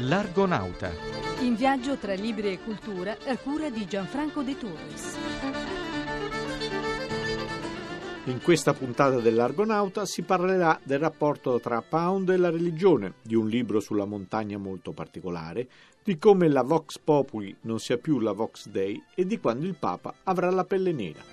L'Argonauta. In viaggio tra libri e cultura a cura di Gianfranco De Torres. In questa puntata dell'Argonauta si parlerà del rapporto tra Pound e la religione, di un libro sulla montagna molto particolare, di come la Vox Populi non sia più la Vox Dei e di quando il Papa avrà la pelle nera.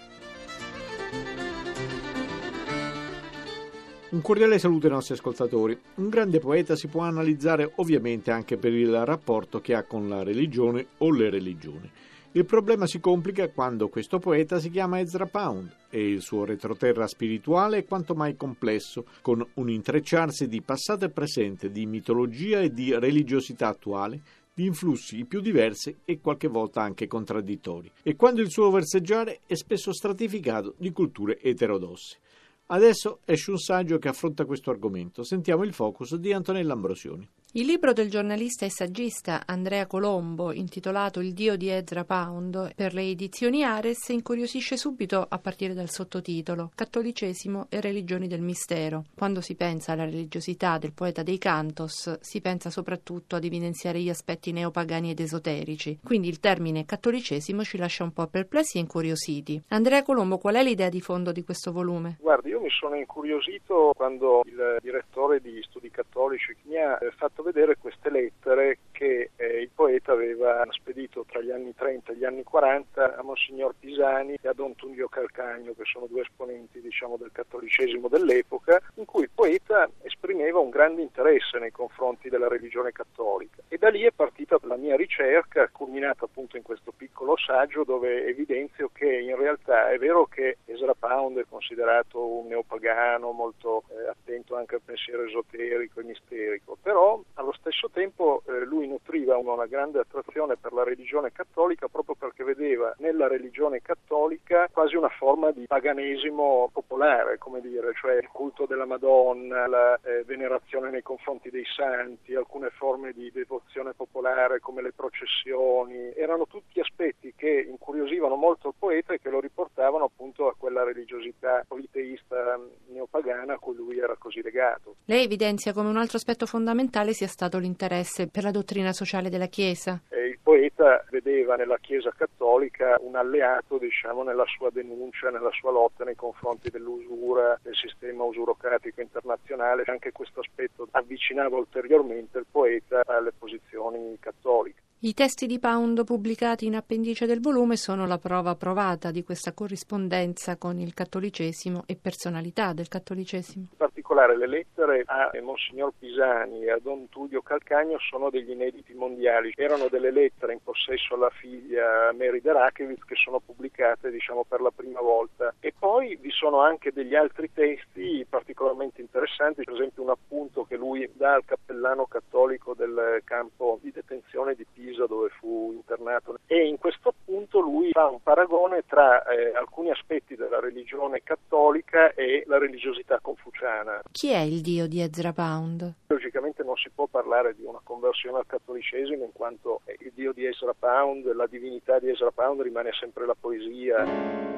Un cordiale saluto ai nostri ascoltatori. Un grande poeta si può analizzare ovviamente anche per il rapporto che ha con la religione o le religioni. Il problema si complica quando questo poeta si chiama Ezra Pound e il suo retroterra spirituale è quanto mai complesso, con un intrecciarsi di passato e presente, di mitologia e di religiosità attuale, di influssi più diversi e qualche volta anche contraddittori, e quando il suo verseggiare è spesso stratificato di culture eterodosse. Adesso esce un saggio che affronta questo argomento. Sentiamo il focus di Antonella Ambrosioni. Il libro del giornalista e saggista Andrea Colombo, intitolato Il Dio di Ezra Pound, per le edizioni Ares, incuriosisce subito a partire dal sottotitolo Cattolicesimo e religioni del mistero. Quando si pensa alla religiosità del poeta dei Cantos, si pensa soprattutto ad evidenziare gli aspetti neopagani ed esoterici. Quindi il termine cattolicesimo ci lascia un po' perplessi e incuriositi. Andrea Colombo, qual è l'idea di fondo di questo volume? Guardi, io mi sono incuriosito quando il direttore di Studi Cattolici mi ha fatto vedere queste lettere che il poeta aveva spedito tra gli anni 30 e gli anni 40 a Monsignor Pisani e a Don Tullio Calcagno, che sono due esponenti del cattolicesimo dell'epoca, in cui il poeta esprimeva un grande interesse nei confronti della religione cattolica. E da lì è partita la mia ricerca, culminata appunto in questo piccolo saggio dove evidenzio che in realtà è vero che Ezra Pound è considerato un neopagano molto attento anche al pensiero esoterico e misterico, però allo stesso tempo lui nutriva una grande attrazione per la religione cattolica proprio perché vedeva nella religione cattolica quasi una forma di paganesimo popolare, come dire, cioè il culto della Madonna, la venerazione nei confronti dei santi, alcune forme di devozione popolare come le processioni, erano tutti aspetti che incuriosivano molto il poeta e che lo riportavano appunto a quella religiosità politeista neopagana a cui lui era così legato. Lei evidenzia come un altro aspetto fondamentale sia stato l'interesse per la dottrina sociale della Chiesa. Il poeta vedeva nella Chiesa cattolica un alleato, nella sua denuncia, nella sua lotta nei confronti dell'usura, del sistema usurocratico internazionale. Anche questo aspetto avvicinava ulteriormente il poeta alle posizioni cattoliche. I testi di Pound pubblicati in appendice del volume sono la prova provata di questa corrispondenza con il cattolicesimo e personalità del cattolicesimo. In particolare le lettere a Monsignor Pisani e a Don Tullio Calcagno sono degli inediti mondiali. Erano delle lettere in possesso alla figlia Mary Derakewitz che sono pubblicate per la prima volta. E poi vi sono anche degli altri testi particolarmente interessanti, per esempio un appunto che lui dà al cappellano cattolico del campo di detenzione di Pisa dove fu internato, e in questo appunto lui fa un paragone tra alcuni aspetti della religione cattolica e la religiosità confuciana. Chi è il Dio di Ezra Pound? Logicamente non si può parlare di una conversione al cattolicesimo in quanto il Dio di Ezra Pound, la divinità di Ezra Pound rimane sempre la poesia.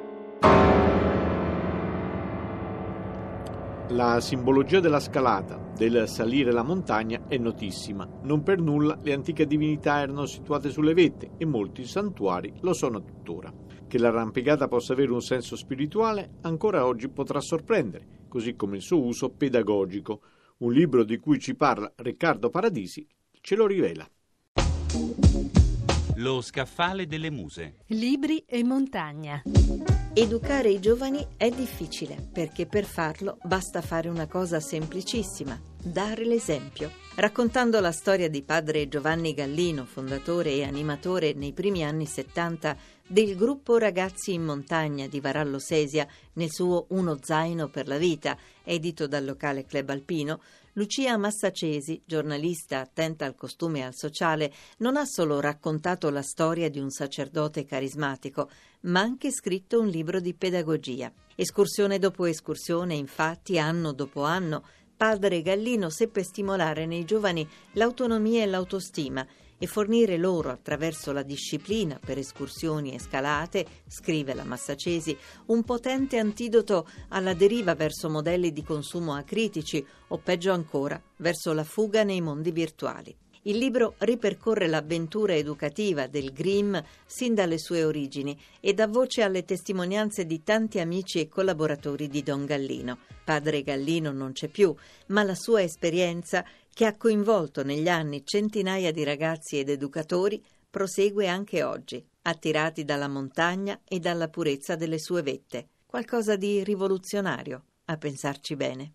La simbologia della scalata, del salire la montagna, è notissima. Non per nulla le antiche divinità erano situate sulle vette e molti santuari lo sono tuttora. Che l'arrampicata possa avere un senso spirituale ancora oggi potrà sorprendere, così come il suo uso pedagogico. Un libro di cui ci parla Riccardo Paradisi ce lo rivela. Lo scaffale delle muse. Libri e montagna. Educare i giovani è difficile perché per farlo basta fare una cosa semplicissima: dare l'esempio. Raccontando la storia di padre Giovanni Gallino, fondatore e animatore nei primi anni 70 del gruppo Ragazzi in Montagna di Varallo Sesia nel suo Uno zaino per la vita, edito dal locale Club Alpino, Lucia Massacesi, giornalista attenta al costume e al sociale, non ha solo raccontato la storia di un sacerdote carismatico, ma anche scritto un libro di pedagogia. Escursione dopo escursione, infatti, anno dopo anno, padre Gallino seppe stimolare nei giovani l'autonomia e l'autostima e fornire loro, attraverso la disciplina per escursioni e scalate, scrive la Massacesi, un potente antidoto alla deriva verso modelli di consumo acritici o, peggio ancora, verso la fuga nei mondi virtuali. Il libro ripercorre l'avventura educativa del Grimm sin dalle sue origini e dà voce alle testimonianze di tanti amici e collaboratori di Don Gallino. Padre Gallino non c'è più, ma la sua esperienza, che ha coinvolto negli anni centinaia di ragazzi ed educatori, prosegue anche oggi, attirati dalla montagna e dalla purezza delle sue vette. Qualcosa di rivoluzionario, a pensarci bene.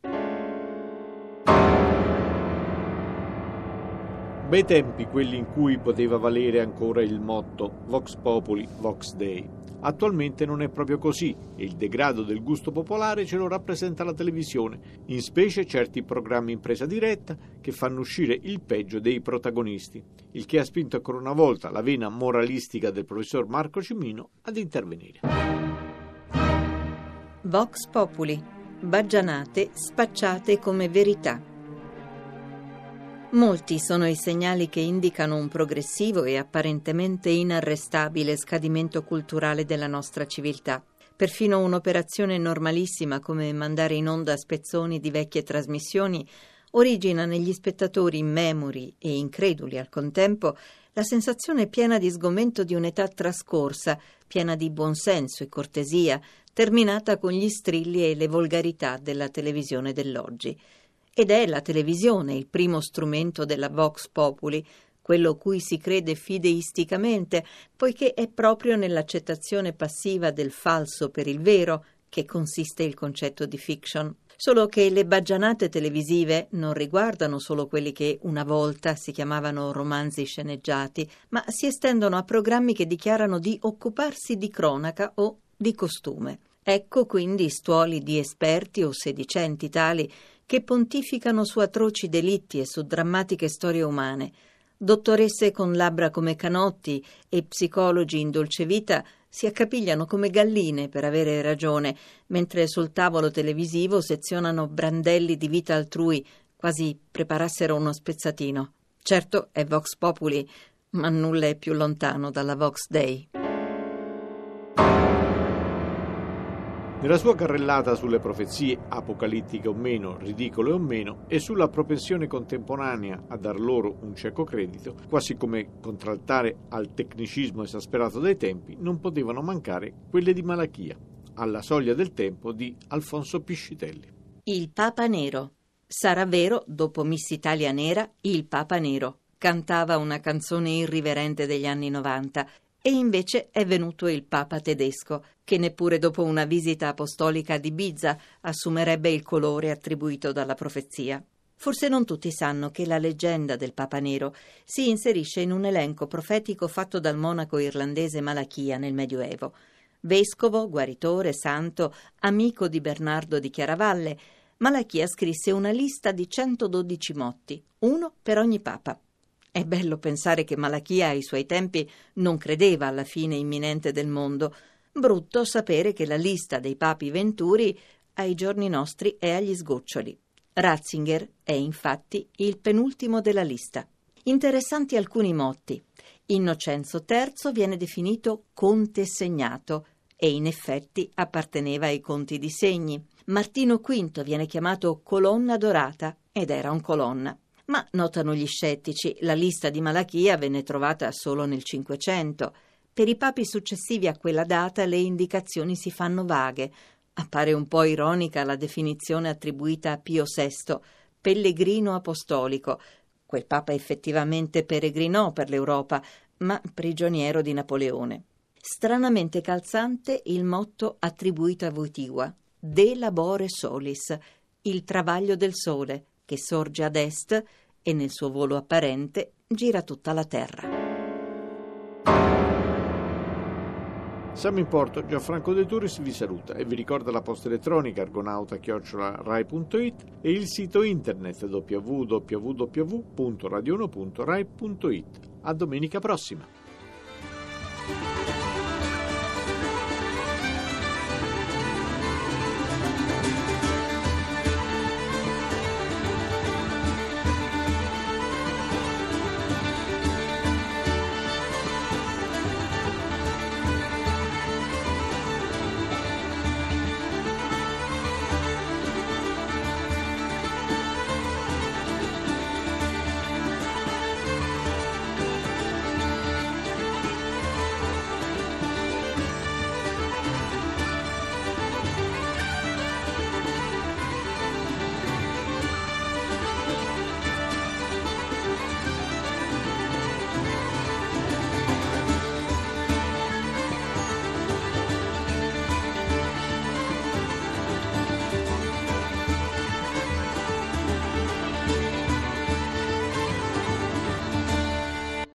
Bei tempi quelli in cui poteva valere ancora il motto Vox Populi, Vox Dei. Attualmente non è proprio così e il degrado del gusto popolare ce lo rappresenta la televisione, in specie certi programmi in presa diretta che fanno uscire il peggio dei protagonisti, il che ha spinto ancora una volta la vena moralistica del professor Marco Cimino ad intervenire. Vox Populi, baggianate spacciate come verità. Molti sono i segnali che indicano un progressivo e apparentemente inarrestabile scadimento culturale della nostra civiltà. Perfino un'operazione normalissima come mandare in onda spezzoni di vecchie trasmissioni origina negli spettatori immemori e increduli al contempo la sensazione piena di sgomento di un'età trascorsa, piena di buonsenso e cortesia, terminata con gli strilli e le volgarità della televisione dell'oggi. Ed è la televisione il primo strumento della Vox Populi, quello cui si crede fideisticamente, poiché è proprio nell'accettazione passiva del falso per il vero che consiste il concetto di fiction. Solo che le baggianate televisive non riguardano solo quelli che una volta si chiamavano romanzi sceneggiati, ma si estendono a programmi che dichiarano di occuparsi di cronaca o di costume. Ecco quindi stuoli di esperti o sedicenti tali che pontificano su atroci delitti e su drammatiche storie umane. Dottoresse con labbra come canotti e psicologi in dolce vita si accapigliano come galline per avere ragione, mentre sul tavolo televisivo sezionano brandelli di vita altrui, quasi preparassero uno spezzatino. Certo è Vox Populi, ma nulla è più lontano dalla Vox Dei. Nella sua carrellata sulle profezie, apocalittiche o meno, ridicole o meno, e sulla propensione contemporanea a dar loro un cieco credito, quasi come contraltare al tecnicismo esasperato dei tempi, non potevano mancare quelle di Malachia, alla soglia del tempo di Alfonso Piscitelli. Il Papa Nero. Sarà vero, dopo Miss Italia Nera, il Papa Nero. Cantava una canzone irriverente degli anni 90. E invece è venuto il Papa tedesco, che neppure dopo una visita apostolica ad Ibiza assumerebbe il colore attribuito dalla profezia. Forse non tutti sanno che la leggenda del Papa Nero si inserisce in un elenco profetico fatto dal monaco irlandese Malachia nel Medioevo. Vescovo, guaritore, santo, amico di Bernardo di Chiaravalle, Malachia scrisse una lista di 112 motti, uno per ogni papa. È bello pensare che Malachia ai suoi tempi non credeva alla fine imminente del mondo. Brutto sapere che la lista dei papi venturi ai giorni nostri è agli sgoccioli. Ratzinger è infatti il penultimo della lista. Interessanti alcuni motti. Innocenzo III viene definito conte segnato e in effetti apparteneva ai conti di segni. Martino V viene chiamato colonna dorata ed era un colonna. Ma, notano gli scettici, la lista di Malachia venne trovata solo nel Cinquecento. Per i papi successivi a quella data le indicazioni si fanno vaghe. Appare un po' ironica la definizione attribuita a Pio VI, pellegrino apostolico. Quel papa effettivamente peregrinò per l'Europa, ma prigioniero di Napoleone. Stranamente calzante il motto attribuito a Wojtyła, De labore solis, il travaglio del sole, che sorge ad est e nel suo volo apparente gira tutta la terra. Siamo in porto, Gianfranco De Toris vi saluta e vi ricorda la posta elettronica argonauta@rai.it e il sito internet www.radio1.rai.it. A domenica prossima.